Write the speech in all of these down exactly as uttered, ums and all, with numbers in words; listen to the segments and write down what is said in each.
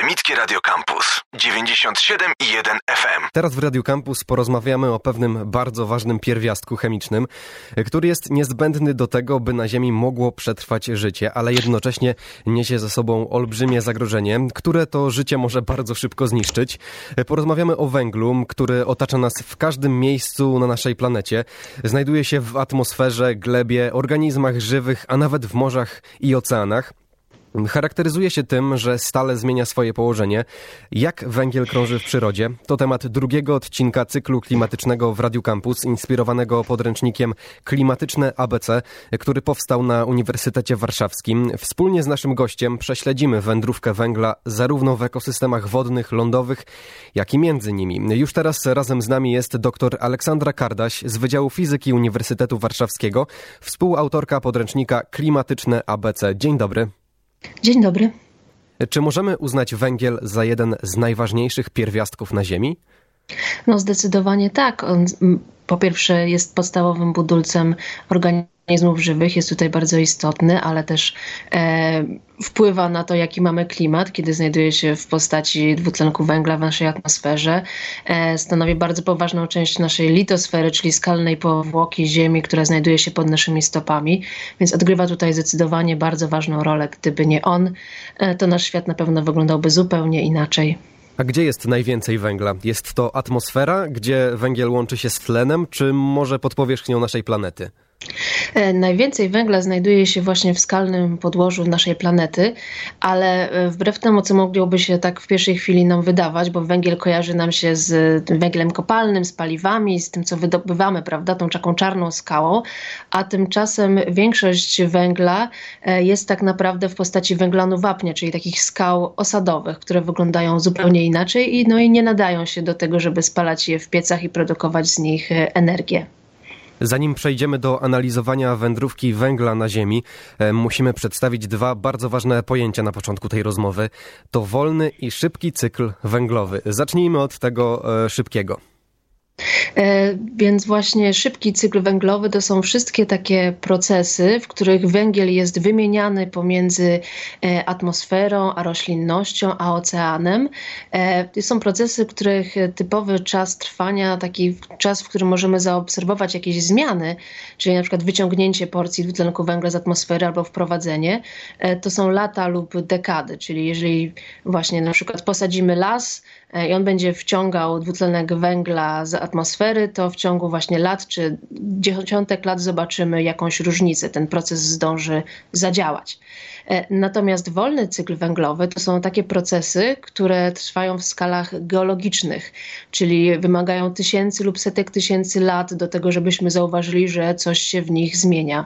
Akademickie Radio Campus dziewięćdziesiąt siedem i jeden F M. Teraz w Radio Campus porozmawiamy o pewnym bardzo ważnym pierwiastku chemicznym, który jest niezbędny do tego, by na Ziemi mogło przetrwać życie, ale jednocześnie niesie ze sobą olbrzymie zagrożenie, które to życie może bardzo szybko zniszczyć. Porozmawiamy o węglu, który otacza nas w każdym miejscu na naszej planecie. Znajduje się w atmosferze, glebie, organizmach żywych, a nawet w morzach i oceanach. Charakteryzuje się tym, że stale zmienia swoje położenie. Jak węgiel krąży w przyrodzie? To temat drugiego odcinka cyklu klimatycznego w Radiu Campus, inspirowanego podręcznikiem Klimatyczne A B C, który powstał na Uniwersytecie Warszawskim. Wspólnie z naszym gościem prześledzimy wędrówkę węgla zarówno w ekosystemach wodnych, lądowych, jak i między nimi. Już teraz razem z nami jest dr Aleksandra Kardaś z Wydziału Fizyki Uniwersytetu Warszawskiego, współautorka podręcznika Klimatyczne A B C. Dzień dobry. Dzień dobry. Czy możemy uznać węgiel za jeden z najważniejszych pierwiastków na Ziemi? No zdecydowanie tak. On po pierwsze jest podstawowym budulcem organizmów żywych, jest tutaj bardzo istotny, ale też e, wpływa na to, jaki mamy klimat, kiedy znajduje się w postaci dwutlenku węgla w naszej atmosferze. E, stanowi bardzo poważną część naszej litosfery, czyli skalnej powłoki Ziemi, która znajduje się pod naszymi stopami, więc odgrywa tutaj zdecydowanie bardzo ważną rolę. Gdyby nie on, e, to nasz świat na pewno wyglądałby zupełnie inaczej. A gdzie jest najwięcej węgla? Jest to atmosfera, gdzie węgiel łączy się z tlenem, czy może pod powierzchnią naszej planety? Najwięcej węgla znajduje się właśnie w skalnym podłożu naszej planety, ale wbrew temu, co mogłoby się tak w pierwszej chwili nam wydawać, bo węgiel kojarzy nam się z węglem kopalnym, z paliwami, z tym, co wydobywamy, prawda, tą taką czarną skałą, a tymczasem większość węgla jest tak naprawdę w postaci węglanu wapnia, czyli takich skał osadowych, które wyglądają zupełnie inaczej i, no i nie nadają się do tego, żeby spalać je w piecach i produkować z nich energię. Zanim przejdziemy do analizowania wędrówki węgla na Ziemi, musimy przedstawić dwa bardzo ważne pojęcia na początku tej rozmowy. To wolny i szybki cykl węglowy. Zacznijmy od tego e, szybkiego. Więc właśnie szybki cykl węglowy to są wszystkie takie procesy, w których węgiel jest wymieniany pomiędzy atmosferą, a roślinnością, a oceanem. To są procesy, których typowy czas trwania, taki czas, w którym możemy zaobserwować jakieś zmiany, czyli na przykład wyciągnięcie porcji dwutlenku węgla z atmosfery albo wprowadzenie, to są lata lub dekady, czyli jeżeli właśnie na przykład posadzimy las i on będzie wciągał dwutlenek węgla z atmosfery, to w ciągu właśnie lat czy dziesiątek lat zobaczymy jakąś różnicę. Ten proces zdąży zadziałać. Natomiast wolny cykl węglowy to są takie procesy, które trwają w skalach geologicznych, czyli wymagają tysięcy lub setek tysięcy lat do tego, żebyśmy zauważyli, że coś się w nich zmienia.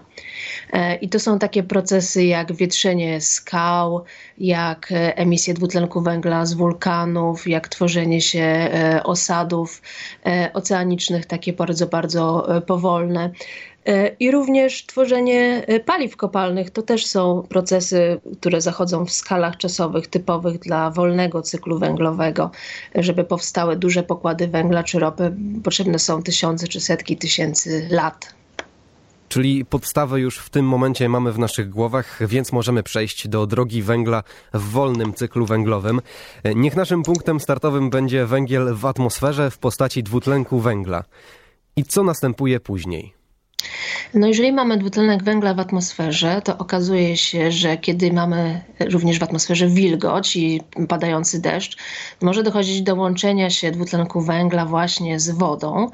I to są takie procesy jak wietrzenie skał, jak emisję dwutlenku węgla z wulkanów, jak tworzenie się osadów oceanicznych, takie bardzo, bardzo powolne. I również tworzenie paliw kopalnych to też są procesy, które zachodzą w skalach czasowych typowych dla wolnego cyklu węglowego. Żeby powstały duże pokłady węgla czy ropy, potrzebne są tysiące czy setki tysięcy lat. Czyli podstawę już w tym momencie mamy w naszych głowach, więc możemy przejść do drogi węgla w wolnym cyklu węglowym. Niech naszym punktem startowym będzie węgiel w atmosferze w postaci dwutlenku węgla. I co następuje później? No jeżeli mamy dwutlenek węgla w atmosferze, to okazuje się, że kiedy mamy również w atmosferze wilgoć i padający deszcz, może dochodzić do łączenia się dwutlenku węgla właśnie z wodą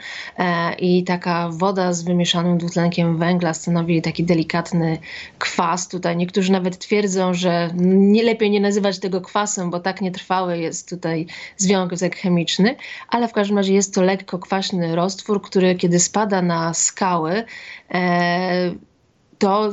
i taka woda z wymieszanym dwutlenkiem węgla stanowi taki delikatny kwas. Tutaj niektórzy nawet twierdzą, że nie lepiej nie nazywać tego kwasem, bo tak nietrwały jest tutaj związek chemiczny, ale w każdym razie jest to lekko kwaśny roztwór, który kiedy spada na skały, to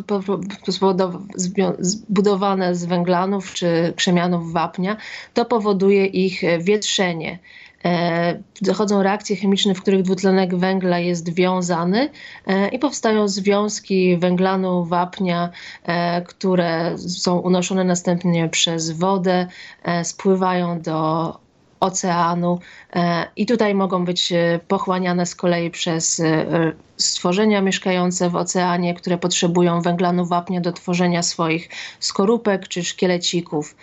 zbudowane z węglanów czy krzemianów wapnia, to powoduje ich wietrzenie. Dochodzą reakcje chemiczne, w których dwutlenek węgla jest wiązany i powstają związki węglanu wapnia, które są unoszone następnie przez wodę, spływają do oceanu i tutaj mogą być pochłaniane z kolei przez stworzenia mieszkające w oceanie, które potrzebują węglanu wapnia do tworzenia swoich skorupek czy szkielecików.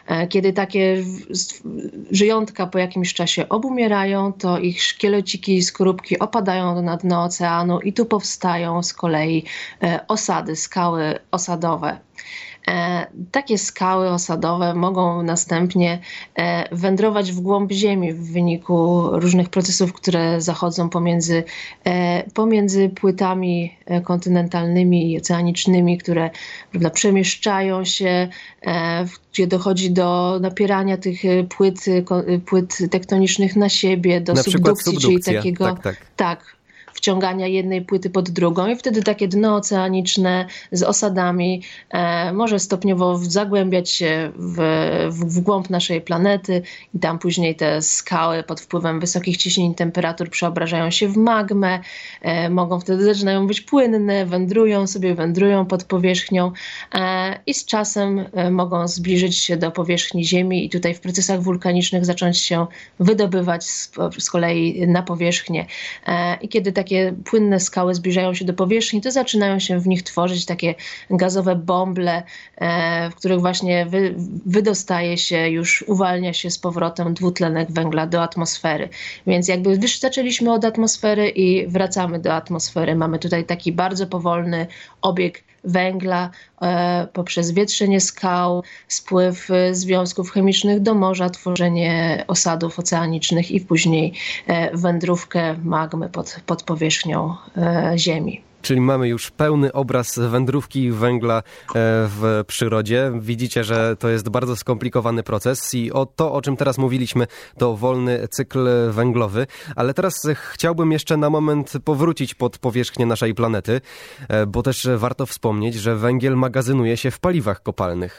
Kiedy takie żyjątka po jakimś czasie obumierają, to ich szkieleciki i skorupki opadają na dno oceanu i tu powstają z kolei osady, skały osadowe. Takie skały osadowe mogą następnie wędrować w głąb ziemi w wyniku różnych procesów, które zachodzą pomiędzy, pomiędzy płytami kontynentalnymi i oceanicznymi, które, prawda, przemieszczają się, gdzie dochodzi do napierania tych płyt, płyt tektonicznych na siebie, do na subdukcji, czyli takiego... Tak, tak. tak. wciągania jednej płyty pod drugą i wtedy takie dno oceaniczne z osadami e, może stopniowo zagłębiać się w, w, w głąb naszej planety i tam później te skały pod wpływem wysokich ciśnień i temperatur przeobrażają się w magmę, e, mogą wtedy zaczynają być płynne, wędrują sobie, wędrują pod powierzchnią e, i z czasem e, mogą zbliżyć się do powierzchni Ziemi i tutaj w procesach wulkanicznych zacząć się wydobywać z, z kolei na powierzchnię. E, I kiedy takie płynne skały zbliżają się do powierzchni, to zaczynają się w nich tworzyć takie gazowe bąble, w których właśnie wy, wydostaje się, już uwalnia się z powrotem dwutlenek węgla do atmosfery. Więc jakby zaczęliśmy od atmosfery i wracamy do atmosfery. Mamy tutaj taki bardzo powolny obieg węgla e, poprzez wietrzenie skał, spływ związków chemicznych do morza, tworzenie osadów oceanicznych i później e, wędrówkę magmy pod, pod powierzchnią e, Ziemi. Czyli mamy już pełny obraz wędrówki węgla w przyrodzie. Widzicie, że to jest bardzo skomplikowany proces i o to, o czym teraz mówiliśmy, to wolny cykl węglowy. Ale teraz chciałbym jeszcze na moment powrócić pod powierzchnię naszej planety, bo też warto wspomnieć, że węgiel magazynuje się w paliwach kopalnych.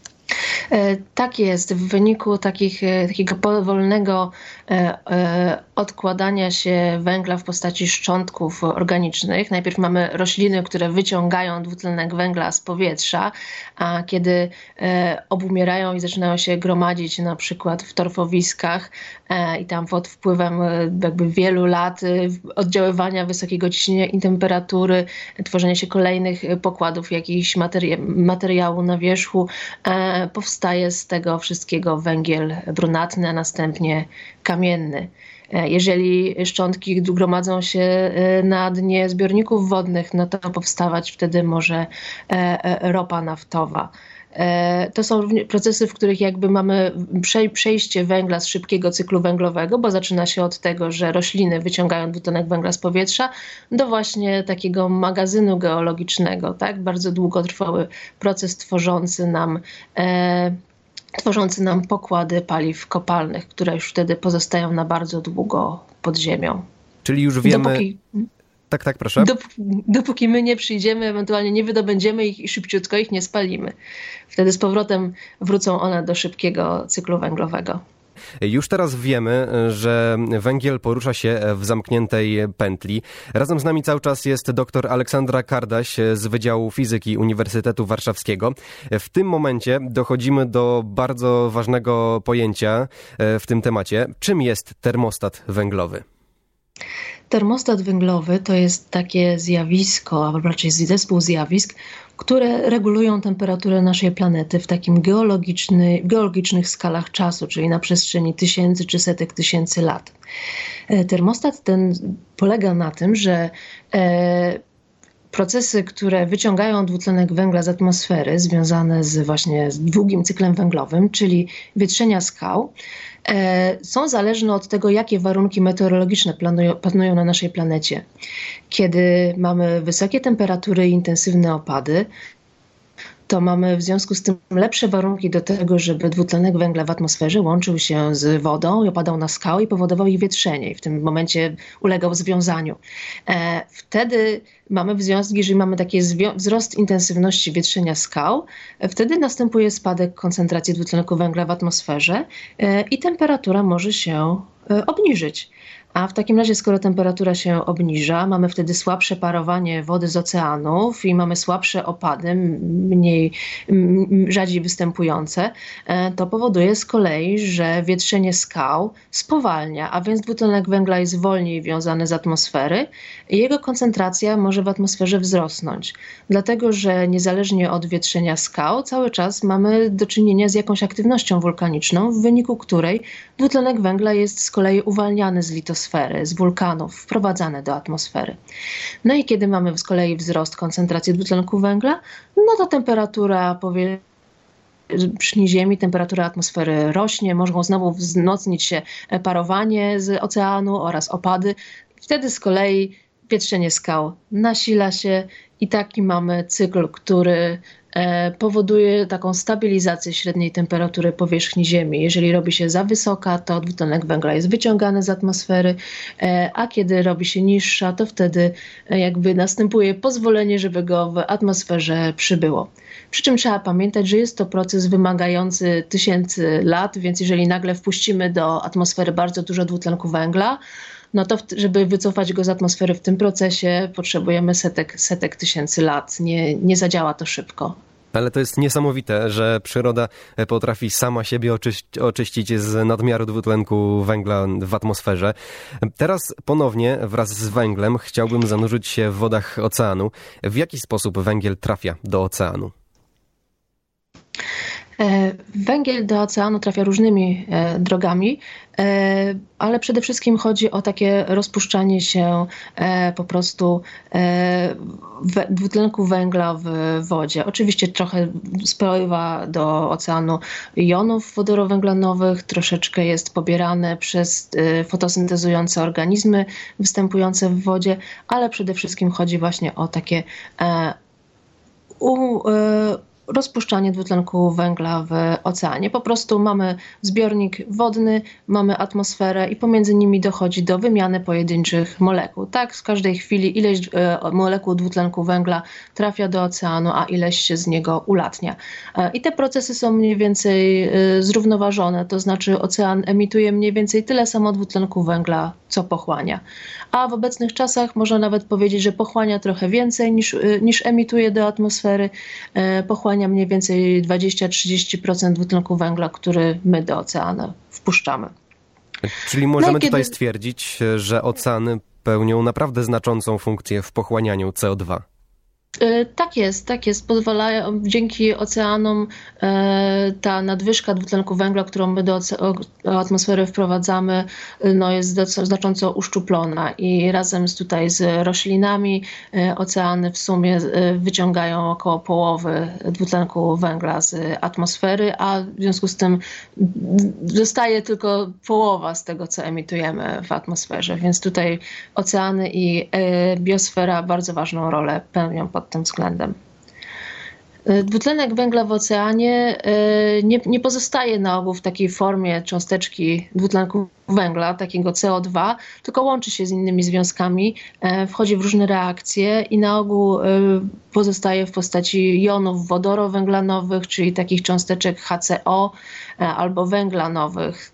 Tak jest. W wyniku takich, takiego powolnego odkładania się węgla w postaci szczątków organicznych. Najpierw mamy rośliny, które wyciągają dwutlenek węgla z powietrza, a kiedy obumierają i zaczynają się gromadzić na przykład w torfowiskach i tam pod wpływem jakby wielu lat oddziaływania wysokiego ciśnienia i temperatury, tworzenia się kolejnych pokładów jakichś materia- materiału na wierzchu, powstaje z tego wszystkiego węgiel brunatny, a następnie kamienny. Jeżeli szczątki gromadzą się na dnie zbiorników wodnych, no to powstawać wtedy może ropa naftowa. To są procesy, w których jakby mamy przejście węgla z szybkiego cyklu węglowego, bo zaczyna się od tego, że rośliny wyciągają dwutlenek węgla z powietrza, do właśnie takiego magazynu geologicznego, tak? Bardzo długotrwały proces tworzący nam e, tworzący nam pokłady paliw kopalnych, które już wtedy pozostają na bardzo długo pod ziemią. Czyli już wiemy... Dopóki... Tak, tak, proszę. Dopóki, dopóki my nie przyjdziemy, ewentualnie nie wydobędziemy ich i szybciutko ich nie spalimy. Wtedy z powrotem wrócą one do szybkiego cyklu węglowego. Już teraz wiemy, że węgiel porusza się w zamkniętej pętli. Razem z nami cały czas jest dr Aleksandra Kardaś z Wydziału Fizyki Uniwersytetu Warszawskiego. W tym momencie dochodzimy do bardzo ważnego pojęcia w tym temacie. Czym jest termostat węglowy? Termostat węglowy to jest takie zjawisko, a raczej zespół zjawisk, które regulują temperaturę naszej planety w takim geologiczny, geologicznych skalach czasu, czyli na przestrzeni tysięcy czy setek tysięcy lat. Termostat ten polega na tym, że e, procesy, które wyciągają dwutlenek węgla z atmosfery, związane z właśnie z długim cyklem węglowym, czyli wietrzenia skał, są zależne od tego, jakie warunki meteorologiczne planują, panują na naszej planecie. Kiedy mamy wysokie temperatury i intensywne opady, to mamy w związku z tym lepsze warunki do tego, żeby dwutlenek węgla w atmosferze łączył się z wodą i opadał na skały i powodował ich wietrzenie i w tym momencie ulegał związaniu. E, wtedy mamy w związku, jeżeli mamy taki wzrost intensywności wietrzenia skał, wtedy następuje spadek koncentracji dwutlenku węgla w atmosferze e, i temperatura może się e, obniżyć. A w takim razie, skoro temperatura się obniża, mamy wtedy słabsze parowanie wody z oceanów i mamy słabsze opady, mniej, rzadziej występujące, to powoduje z kolei, że wietrzenie skał spowalnia, a więc dwutlenek węgla jest wolniej wiązany z atmosfery i jego koncentracja może w atmosferze wzrosnąć. Dlatego, że niezależnie od wietrzenia skał, cały czas mamy do czynienia z jakąś aktywnością wulkaniczną, w wyniku której dwutlenek węgla jest z kolei uwalniany z litosfery, z wulkanów, wprowadzany do atmosfery. No i kiedy mamy z kolei wzrost koncentracji dwutlenku węgla, no to temperatura powierzchni Ziemi, temperatura atmosfery rośnie, mogą znowu wzmocnić się parowanie z oceanu oraz opady. Wtedy z kolei wietrzenie skał nasila się i taki mamy cykl, który powoduje taką stabilizację średniej temperatury powierzchni Ziemi. Jeżeli robi się za wysoka, to dwutlenek węgla jest wyciągany z atmosfery, a kiedy robi się niższa, to wtedy jakby następuje pozwolenie, żeby go w atmosferze przybyło. Przy czym trzeba pamiętać, że jest to proces wymagający tysięcy lat, więc jeżeli nagle wpuścimy do atmosfery bardzo dużo dwutlenku węgla, no to żeby wycofać go z atmosfery w tym procesie, potrzebujemy setek, setek tysięcy lat. Nie, nie zadziała to szybko. Ale to jest niesamowite, że przyroda potrafi sama siebie oczyści, oczyścić z nadmiaru dwutlenku węgla w atmosferze. Teraz ponownie wraz z węglem chciałbym zanurzyć się w wodach oceanu. W jaki sposób węgiel trafia do oceanu? Węgiel do oceanu trafia różnymi drogami, ale przede wszystkim chodzi o takie rozpuszczanie się po prostu dwutlenku węgla w wodzie. Oczywiście trochę spływa do oceanu jonów wodorowęglanowych, troszeczkę jest pobierane przez fotosyntezujące organizmy występujące w wodzie, ale przede wszystkim chodzi właśnie o takie u, rozpuszczanie dwutlenku węgla w oceanie. Po prostu mamy zbiornik wodny, mamy atmosferę i pomiędzy nimi dochodzi do wymiany pojedynczych molekuł. Tak, w każdej chwili ileś molekuł dwutlenku węgla trafia do oceanu, a ileś się z niego ulatnia. I te procesy są mniej więcej zrównoważone, to znaczy ocean emituje mniej więcej tyle samo dwutlenku węgla, co pochłania. A w obecnych czasach można nawet powiedzieć, że pochłania trochę więcej niż, niż emituje do atmosfery. Pochłania mniej więcej dwadzieścia do trzydziestu procent dwutlenku węgla, który my do oceanu wpuszczamy. Czyli możemy no, kiedy... tutaj stwierdzić, że oceany pełnią naprawdę znaczącą funkcję w pochłanianiu C O dwa. Tak jest, tak jest. Pozwalają, dzięki oceanom ta nadwyżka dwutlenku węgla, którą my do atmosfery wprowadzamy, no jest znacząco uszczuplona i razem z tutaj z roślinami oceany w sumie wyciągają około połowy dwutlenku węgla z atmosfery, a w związku z tym zostaje tylko połowa z tego, co emitujemy w atmosferze. Więc tutaj oceany i biosfera bardzo ważną rolę pełnią pod tym względem. Dwutlenek węgla w oceanie nie, nie pozostaje na ogół w takiej formie cząsteczki dwutlenku węgla, takiego C O dwa, tylko łączy się z innymi związkami, wchodzi w różne reakcje i na ogół pozostaje w postaci jonów wodorowęglanowych, czyli takich cząsteczek H C O albo węglanowych.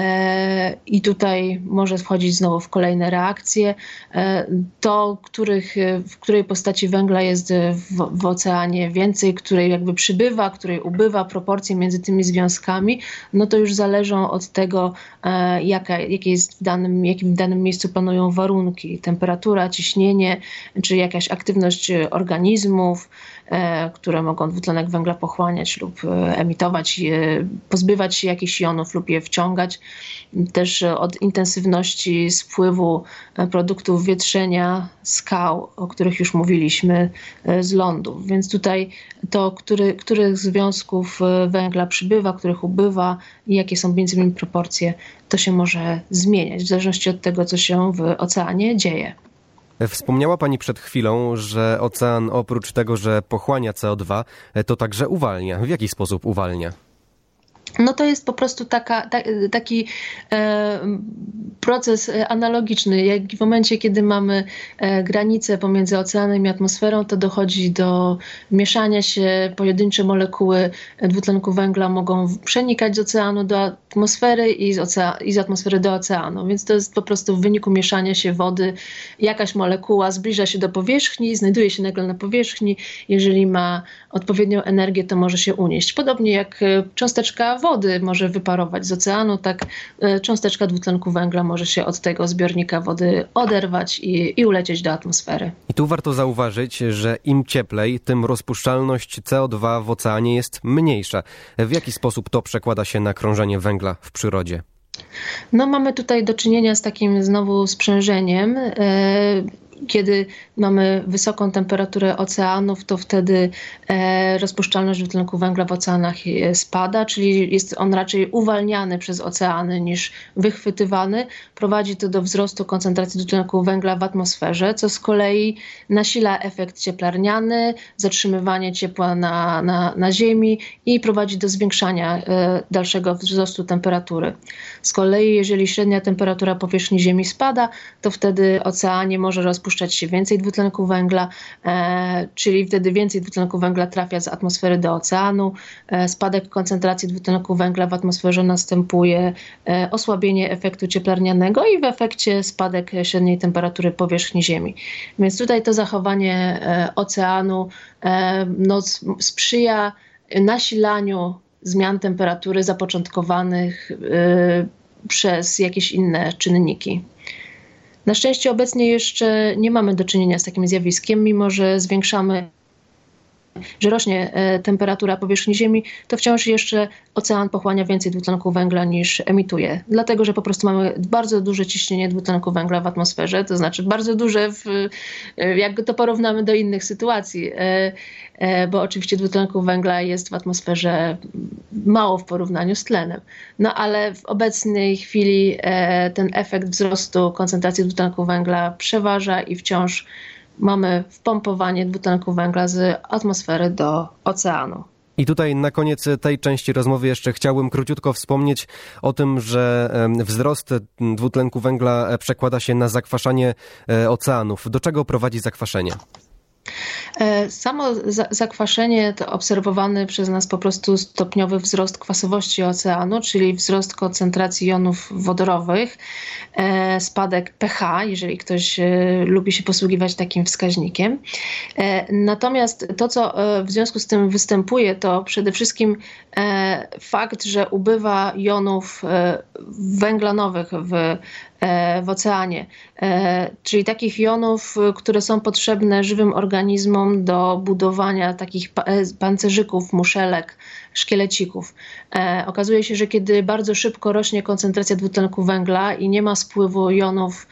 I tutaj może wchodzić znowu w kolejne reakcje. To, których, w której postaci węgla jest w, w oceanie więcej, której jakby przybywa, której ubywa, proporcje między tymi związkami, no to już zależą od tego, jaka, jakie jest w danym, jakim w danym miejscu panują warunki. Temperatura, ciśnienie, czy jakaś aktywność organizmów, które mogą dwutlenek węgla pochłaniać lub emitować, pozbywać się jakichś jonów lub je wciągać. Też od intensywności spływu produktów wietrzenia skał, o których już mówiliśmy, z lądów. Więc tutaj to, który, których związków węgla przybywa, których ubywa i jakie są między nimi proporcje, to się może zmieniać w zależności od tego, co się w oceanie dzieje. Wspomniała Pani przed chwilą, że ocean oprócz tego, że pochłania C O dwa, to także uwalnia. W jaki sposób uwalnia? No to jest po prostu taka, ta, taki e, proces analogiczny. Jak w momencie, kiedy mamy e, granicę pomiędzy oceanem i atmosferą, to dochodzi do mieszania się. Pojedyncze molekuły dwutlenku węgla mogą przenikać z oceanu do atmosfery i z, ocea- i z atmosfery do oceanu. Więc to jest po prostu w wyniku mieszania się wody. Jakaś molekuła zbliża się do powierzchni, znajduje się nagle na powierzchni. Jeżeli ma odpowiednią energię, to może się unieść. Podobnie jak cząsteczka wody może wyparować z oceanu, tak cząsteczka dwutlenku węgla może się od tego zbiornika wody oderwać i, i ulecieć do atmosfery. I tu warto zauważyć, że im cieplej, tym rozpuszczalność C O dwa w oceanie jest mniejsza. W jaki sposób to przekłada się na krążenie węgla w przyrodzie? No mamy tutaj do czynienia z takim znowu sprzężeniem. Kiedy mamy wysoką temperaturę oceanów, to wtedy e, rozpuszczalność dwutlenku węgla w oceanach spada, czyli jest on raczej uwalniany przez oceany niż wychwytywany. Prowadzi to do wzrostu koncentracji dwutlenku węgla w atmosferze, co z kolei nasila efekt cieplarniany, zatrzymywanie ciepła na, na, na Ziemi i prowadzi do zwiększania e, dalszego wzrostu temperatury. Z kolei jeżeli średnia temperatura powierzchni Ziemi spada, to wtedy oceanie może rozpuszczać się więcej dwutlenku węgla, e, czyli wtedy więcej dwutlenku węgla trafia z atmosfery do oceanu. E, spadek koncentracji dwutlenku węgla w atmosferze następuje, e, osłabienie efektu cieplarnianego i w efekcie spadek średniej temperatury powierzchni Ziemi. Więc tutaj to zachowanie e, oceanu e, no, sprzyja nasilaniu zmian temperatury zapoczątkowanych e, przez jakieś inne czynniki. Na szczęście obecnie jeszcze nie mamy do czynienia z takim zjawiskiem, mimo że zwiększamy, że rośnie temperatura powierzchni Ziemi, to wciąż jeszcze ocean pochłania więcej dwutlenku węgla niż emituje. Dlatego, że po prostu mamy bardzo duże ciśnienie dwutlenku węgla w atmosferze, to znaczy bardzo duże, w, jak to porównamy do innych sytuacji, bo oczywiście dwutlenku węgla jest w atmosferze mało w porównaniu z tlenem. No ale w obecnej chwili ten efekt wzrostu koncentracji dwutlenku węgla przeważa i wciąż mamy wpompowanie dwutlenku węgla z atmosfery do oceanu. I tutaj na koniec tej części rozmowy jeszcze chciałbym króciutko wspomnieć o tym, że wzrost dwutlenku węgla przekłada się na zakwaszanie oceanów. Do czego prowadzi zakwaszenie? Samo zakwaszenie to obserwowany przez nas po prostu stopniowy wzrost kwasowości oceanu, czyli wzrost koncentracji jonów wodorowych, spadek pH, jeżeli ktoś lubi się posługiwać takim wskaźnikiem. Natomiast to, co w związku z tym występuje, to przede wszystkim fakt, że ubywa jonów węglanowych w w oceanie, czyli takich jonów, które są potrzebne żywym organizmom do budowania takich pancerzyków, muszelek, szkielecików. Okazuje się, że kiedy bardzo szybko rośnie koncentracja dwutlenku węgla i nie ma spływu jonów,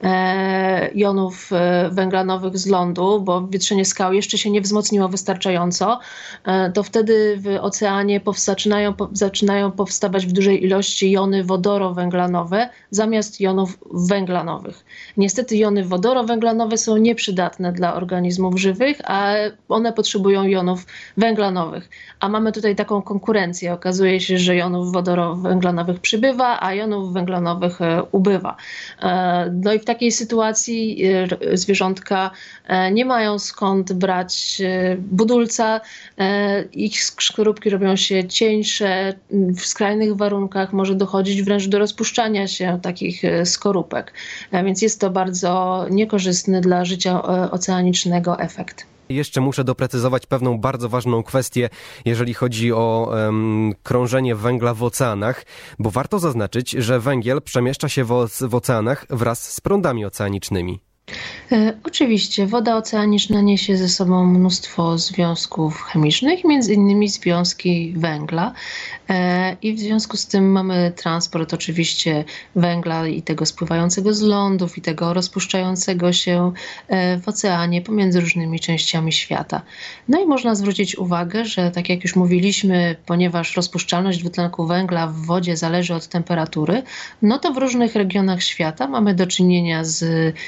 jonów węglanowych z lądu, bo wietrzenie skał jeszcze się nie wzmocniło wystarczająco, to wtedy w oceanie zaczynają, zaczynają powstawać w dużej ilości jony wodorowęglanowe zamiast jonów węglanowych. Niestety jony wodorowęglanowe są nieprzydatne dla organizmów żywych, a one potrzebują jonów węglanowych. A mamy tutaj taką konkurencję. Okazuje się, że jonów wodorowęglanowych przybywa, a jonów węglanowych ubywa. No i w takiej sytuacji zwierzątka nie mają skąd brać budulca. Ich skorupki robią się cieńsze. W skrajnych warunkach może dochodzić wręcz do rozpuszczania się takich skorupek. Więc jest to bardzo niekorzystny dla życia oceanicznego efekt. Jeszcze muszę doprecyzować pewną bardzo ważną kwestię, jeżeli chodzi o um, krążenie węgla w oceanach, bo warto zaznaczyć, że węgiel przemieszcza się w, w oceanach wraz z prądami oceanicznymi. E, oczywiście woda oceaniczna niesie ze sobą mnóstwo związków chemicznych, między innymi związki węgla e, i w związku z tym mamy transport oczywiście węgla i tego spływającego z lądów i tego rozpuszczającego się e, w oceanie pomiędzy różnymi częściami świata. No i można zwrócić uwagę, że tak jak już mówiliśmy, ponieważ rozpuszczalność dwutlenku węgla w wodzie zależy od temperatury, no to w różnych regionach świata mamy do czynienia z e,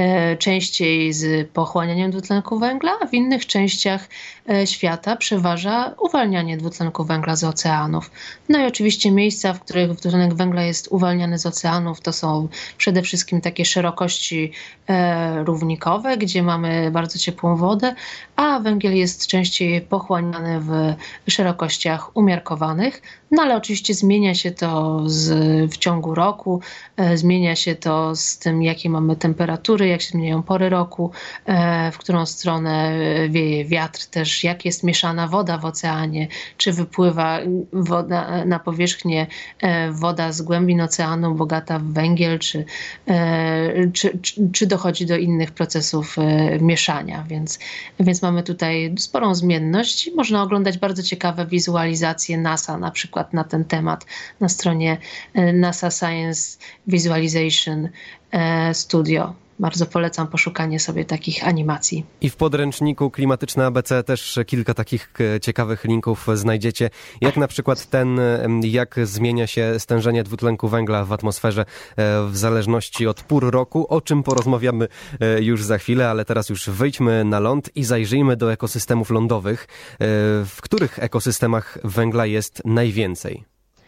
częściej z pochłanianiem dwutlenku węgla, a w innych częściach świata przeważa uwalnianie dwutlenku węgla z oceanów. No i oczywiście miejsca, w których dwutlenek węgla jest uwalniany z oceanów, to są przede wszystkim takie szerokości równikowe, gdzie mamy bardzo ciepłą wodę, a węgiel jest częściej pochłaniany w szerokościach umiarkowanych. No ale oczywiście zmienia się to z, w ciągu roku, e, zmienia się to z tym, jakie mamy temperatury, jak się zmieniają pory roku, e, w którą stronę wieje wiatr, też jak jest mieszana woda w oceanie, czy wypływa woda na powierzchnię e, woda z głębin oceanu bogata w węgiel, czy, e, czy, czy, czy dochodzi do innych procesów e, mieszania. Więc, więc mamy tutaj sporą zmienność. Można oglądać bardzo ciekawe wizualizacje NASA, na przykład na ten temat na stronie NASA Science Visualization Studio. Bardzo polecam poszukanie sobie takich animacji. I w podręczniku Klimatyczne A B C też kilka takich ciekawych linków znajdziecie, jak na przykład ten, jak zmienia się stężenie dwutlenku węgla w atmosferze w zależności od pór roku, o czym porozmawiamy już za chwilę, ale teraz już wyjdźmy na ląd i zajrzyjmy do ekosystemów lądowych. W których ekosystemach węgla jest najwięcej?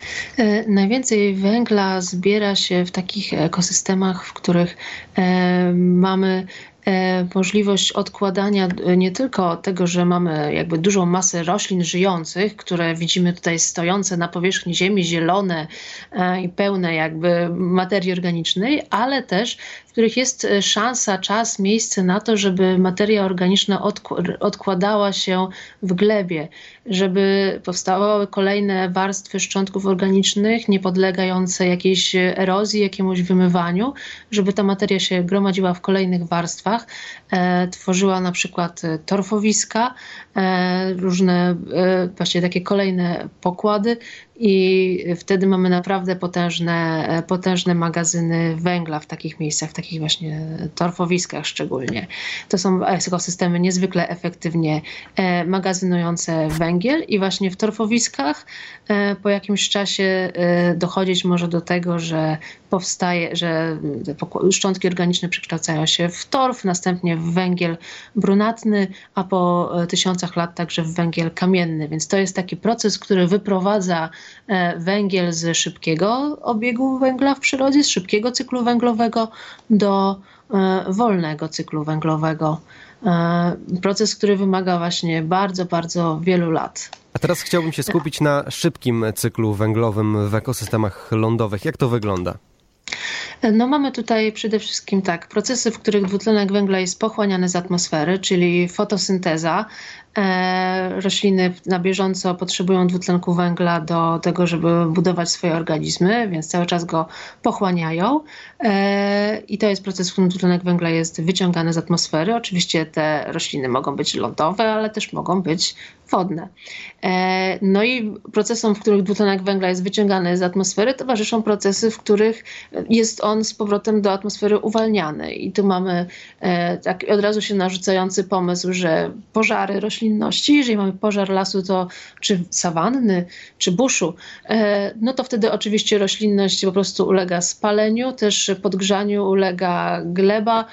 Najwięcej węgla zbiera się w takich ekosystemach, w których e, mamy e, możliwość odkładania nie tylko tego, że mamy jakby dużą masę roślin żyjących, które widzimy tutaj stojące na powierzchni ziemi, zielone e, i pełne jakby materii organicznej, ale też w których jest szansa, czas, miejsce na to, żeby materia organiczna odk- odkładała się w glebie, żeby powstawały kolejne warstwy szczątków organicznych, nie podlegające jakiejś erozji, jakiemuś wymywaniu, żeby ta materia się gromadziła w kolejnych warstwach, e, tworzyła na przykład torfowiska, e, różne e, właśnie takie kolejne pokłady i wtedy mamy naprawdę potężne, potężne magazyny węgla w takich miejscach, w takich właśnie torfowiskach szczególnie. To są ekosystemy niezwykle efektywnie magazynujące węgiel i właśnie w torfowiskach po jakimś czasie dochodzić może do tego, że powstaje, że szczątki organiczne przekształcają się w torf, następnie w węgiel brunatny, a po tysiącach lat także w węgiel kamienny. Więc to jest taki proces, który wyprowadza węgiel z szybkiego obiegu węgla w przyrodzie, z szybkiego cyklu węglowego do wolnego cyklu węglowego. Proces, który wymaga właśnie bardzo, bardzo wielu lat. A teraz chciałbym się skupić na szybkim cyklu węglowym w ekosystemach lądowych. Jak to wygląda? No mamy tutaj przede wszystkim tak, procesy, w których dwutlenek węgla jest pochłaniany z atmosfery, czyli fotosynteza. E, rośliny na bieżąco potrzebują dwutlenku węgla do tego, żeby budować swoje organizmy, więc cały czas go pochłaniają. E, I to jest proces, w którym dwutlenek węgla jest wyciągany z atmosfery. Oczywiście te rośliny mogą być lądowe, ale też mogą być wodne. E, no i procesom, w których dwutlenek węgla jest wyciągany z atmosfery, towarzyszą procesy, w których jest on z powrotem do atmosfery uwalniany. I tu mamy e, tak od razu się narzucający pomysł, że pożary roślinności, jeżeli mamy pożar lasu, to czy sawanny, czy buszu, e, no to wtedy oczywiście roślinność po prostu ulega spaleniu, też podgrzaniu ulega gleba,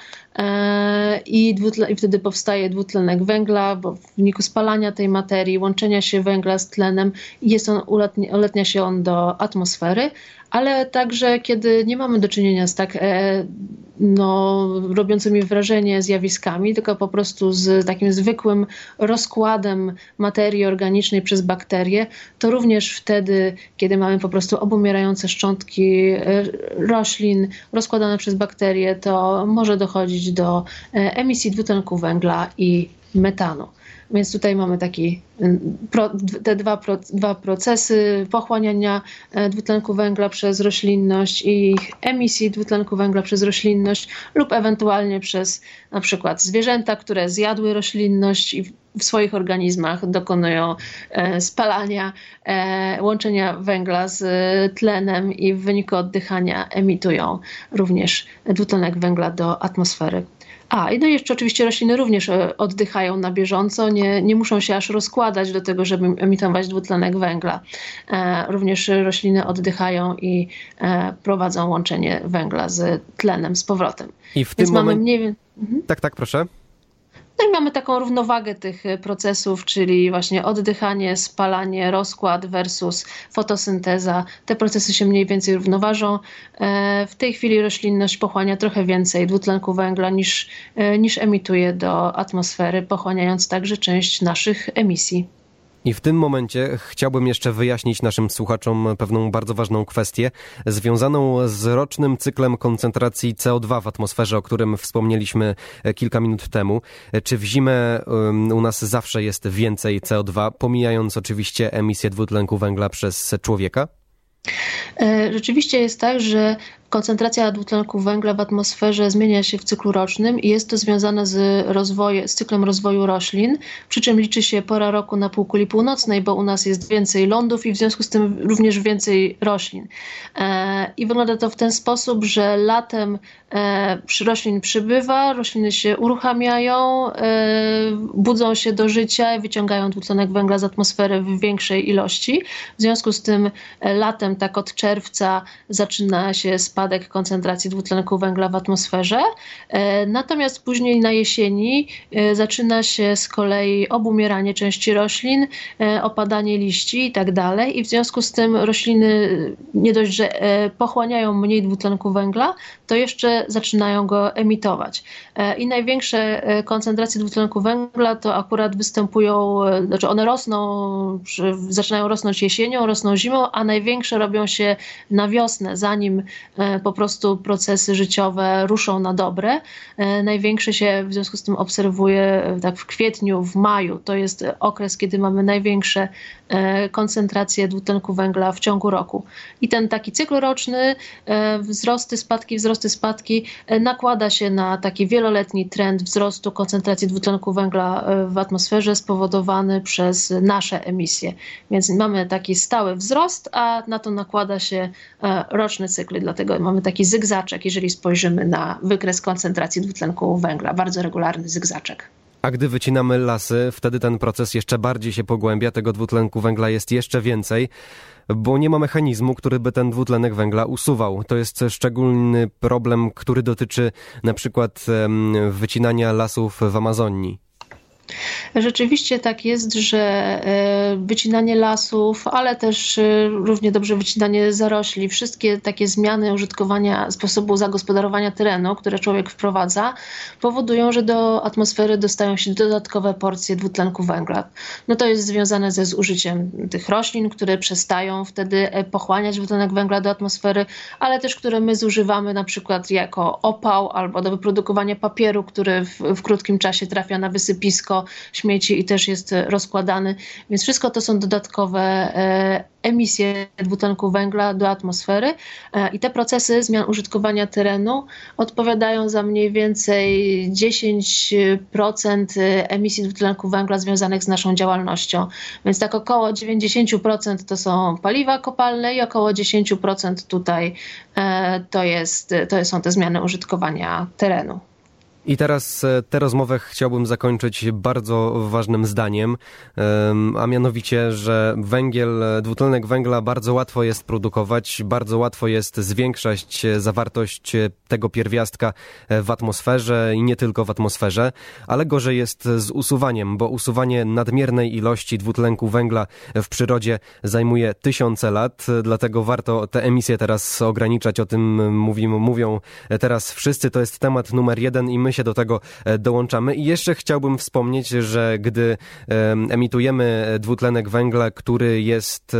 I, dwutle, i wtedy powstaje dwutlenek węgla, bo w wyniku spalania tej materii, łączenia się węgla z tlenem, jest on, uletnia, uletnia się on do atmosfery, ale także kiedy nie mamy do czynienia z tak e, no, robiącymi wrażenie zjawiskami, tylko po prostu z takim zwykłym rozkładem materii organicznej przez bakterie, to również wtedy, kiedy mamy po prostu obumierające szczątki e, roślin rozkładane przez bakterie, to może dochodzić do e, emisji dwutlenku węgla i metanu. Więc tutaj mamy taki, te dwa, dwa procesy pochłaniania dwutlenku węgla przez roślinność i emisji dwutlenku węgla przez roślinność lub ewentualnie przez na przykład zwierzęta, które zjadły roślinność i w swoich organizmach dokonują spalania, łączenia węgla z tlenem i w wyniku oddychania emitują również dwutlenek węgla do atmosfery. A, i no jeszcze oczywiście rośliny również oddychają na bieżąco, nie, nie muszą się aż rozkładać do tego, żeby emitować dwutlenek węgla. E, również rośliny oddychają i e, prowadzą łączenie węgla z tlenem z powrotem. I w Więc tym mamy momencie... mniej więcej... Mhm. Tak, tak, proszę. No i mamy taką równowagę tych procesów, czyli właśnie oddychanie, spalanie, rozkład versus fotosynteza. Te procesy się mniej więcej równoważą. W tej chwili roślinność pochłania trochę więcej dwutlenku węgla niż, niż emituje do atmosfery, pochłaniając także część naszych emisji. I w tym momencie chciałbym jeszcze wyjaśnić naszym słuchaczom pewną bardzo ważną kwestię związaną z rocznym cyklem koncentracji C O dwa w atmosferze, o którym wspomnieliśmy kilka minut temu. Czy w zimę u nas zawsze jest więcej C O dwa, pomijając oczywiście emisję dwutlenku węgla przez człowieka? Rzeczywiście jest tak, że koncentracja dwutlenku węgla w atmosferze zmienia się w cyklu rocznym i jest to związane z, rozwojem, z cyklem rozwoju roślin, przy czym liczy się pora roku na półkuli północnej, bo u nas jest więcej lądów i w związku z tym również więcej roślin. I wygląda to w ten sposób, że latem roślin przybywa, rośliny się uruchamiają, budzą się do życia i wyciągają dwutlenek węgla z atmosfery w większej ilości. W związku z tym latem, tak od czerwca, zaczyna się spadek koncentracji dwutlenku węgla w atmosferze. Natomiast później na jesieni zaczyna się z kolei obumieranie części roślin, opadanie liści i tak dalej. I w związku z tym rośliny nie dość, że pochłaniają mniej dwutlenku węgla, to jeszcze zaczynają go emitować. I największe koncentracje dwutlenku węgla to akurat występują, znaczy one rosną, zaczynają rosnąć jesienią, rosną zimą, a największe robią się na wiosnę, zanim po prostu procesy życiowe ruszą na dobre. Największe się w związku z tym obserwuje tak w kwietniu, w maju. To jest okres, kiedy mamy największe koncentracje dwutlenku węgla w ciągu roku. I ten taki cykl roczny, wzrosty, spadki, wzrosty, spadki nakłada się na taki wieloletni trend wzrostu koncentracji dwutlenku węgla w atmosferze spowodowany przez nasze emisje. Więc mamy taki stały wzrost, a na to nakłada się roczny cykl. Dlatego mamy taki zygzaczek, jeżeli spojrzymy na wykres koncentracji dwutlenku węgla. Bardzo regularny zygzaczek. A gdy wycinamy lasy, wtedy ten proces jeszcze bardziej się pogłębia, tego dwutlenku węgla jest jeszcze więcej, bo nie ma mechanizmu, który by ten dwutlenek węgla usuwał. To jest szczególny problem, który dotyczy na przykład wycinania lasów w Amazonii. Rzeczywiście tak jest, że wycinanie lasów, ale też równie dobrze wycinanie zarośli, wszystkie takie zmiany użytkowania, sposobu zagospodarowania terenu, które człowiek wprowadza, powodują, że do atmosfery dostają się dodatkowe porcje dwutlenku węgla. No to jest związane ze zużyciem tych roślin, które przestają wtedy pochłaniać dwutlenek węgla do atmosfery, ale też które my zużywamy na przykład jako opał albo do wyprodukowania papieru, który w, w krótkim czasie trafia na wysypisko śmieci i też jest rozkładany. Więc wszystko to są dodatkowe emisje dwutlenku węgla do atmosfery i te procesy zmian użytkowania terenu odpowiadają za mniej więcej dziesięć procent emisji dwutlenku węgla związanych z naszą działalnością. Więc tak około dziewięćdziesiąt procent to są paliwa kopalne i około dziesięć procent tutaj to, jest, to są te zmiany użytkowania terenu. I teraz tę rozmowę chciałbym zakończyć bardzo ważnym zdaniem, a mianowicie, że węgiel, dwutlenek węgla bardzo łatwo jest produkować, bardzo łatwo jest zwiększać zawartość tego pierwiastka w atmosferze i nie tylko w atmosferze, ale gorzej jest z usuwaniem, bo usuwanie nadmiernej ilości dwutlenku węgla w przyrodzie zajmuje tysiące lat, dlatego warto te emisje teraz ograniczać, o tym mówimy, mówią teraz wszyscy, to jest temat numer jeden i my się do tego dołączamy. I jeszcze chciałbym wspomnieć, że gdy emitujemy dwutlenek węgla, który jest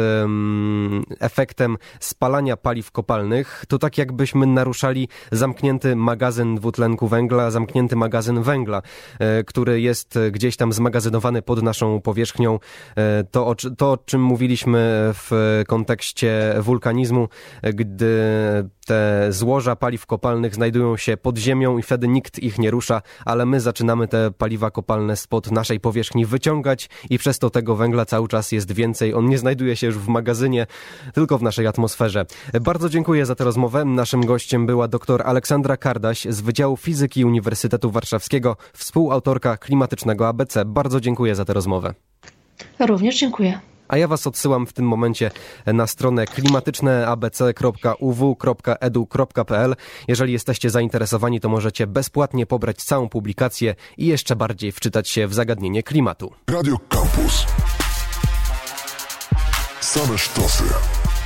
efektem spalania paliw kopalnych, to tak jakbyśmy naruszali zamknięty magazyn dwutlenku węgla, zamknięty magazyn węgla, który jest gdzieś tam zmagazynowany pod naszą powierzchnią. To, o, to, o czym mówiliśmy w kontekście wulkanizmu, gdy te złoża paliw kopalnych znajdują się pod ziemią i wtedy nikt ich nie rusza, ale my zaczynamy te paliwa kopalne spod naszej powierzchni wyciągać i przez to tego węgla cały czas jest więcej. On nie znajduje się już w magazynie, tylko w naszej atmosferze. Bardzo dziękuję za tę rozmowę. Naszym gościem była dr Aleksandra Kardaś z Wydziału Fizyki Uniwersytetu Warszawskiego, współautorka klimatycznego A B C. Bardzo dziękuję za tę rozmowę. Również dziękuję. A ja was odsyłam w tym momencie na stronę klimatyczne a b c kropka u w kropka e d u kropka p l. Jeżeli jesteście zainteresowani, to możecie bezpłatnie pobrać całą publikację i jeszcze bardziej wczytać się w zagadnienie klimatu. Radio Campus. Same sztosy.